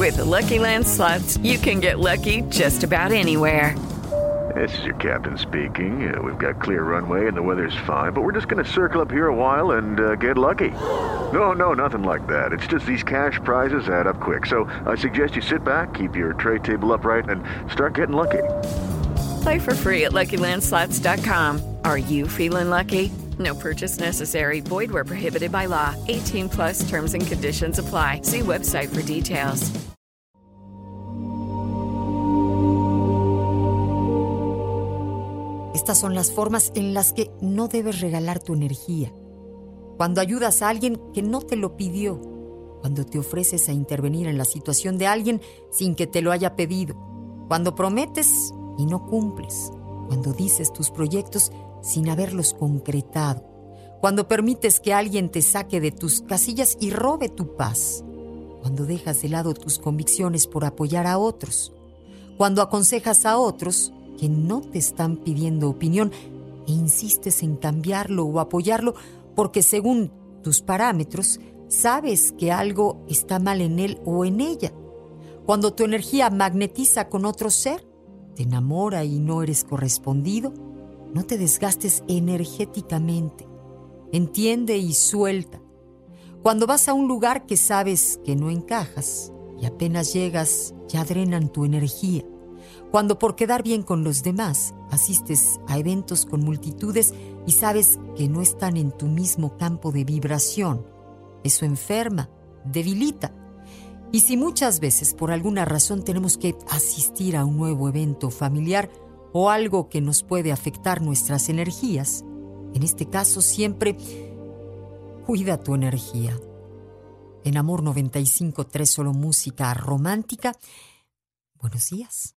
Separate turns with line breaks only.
With the Lucky Land Slots, you can get lucky just about anywhere.
This is your captain speaking. We've got clear runway and the weather's fine, but we're just going to circle up here a while and get lucky. No, nothing like that. It's just these cash prizes add up quick. So I suggest you sit back, keep your tray table upright, and start getting lucky.
Play for free at LuckyLandSlots.com. Are you feeling lucky? No purchase necessary. Void where prohibited by law. 18 plus terms and conditions apply. See website for details.
Estas son las formas en las que no debes regalar tu energía. Cuando ayudas a alguien que no te lo pidió. Cuando te ofreces a intervenir en la situación de alguien sin que te lo haya pedido. Cuando prometes y no cumples. Cuando dices tus proyectos sin haberlos concretado. Cuando permites que alguien te saque de tus casillas y robe tu paz. Cuando dejas de lado tus convicciones por apoyar a otros. Cuando aconsejas a otros que no te están pidiendo opinión e insistes en cambiarlo o apoyarlo porque según tus parámetros sabes que algo está mal en él o en ella. Cuando tu energía magnetiza con otro ser, te enamora y no eres correspondido, no te desgastes energéticamente. Entiende y suelta. Cuando vas a un lugar que sabes que no encajas y apenas llegas, ya drenan tu energía. Cuando por quedar bien con los demás asistes a eventos con multitudes y sabes que no están en tu mismo campo de vibración, eso enferma, debilita. Y si muchas veces por alguna razón tenemos que asistir a un nuevo evento familiar o algo que nos puede afectar nuestras energías, en este caso siempre cuida tu energía. En Amor 95.3 solo música romántica. Buenos días.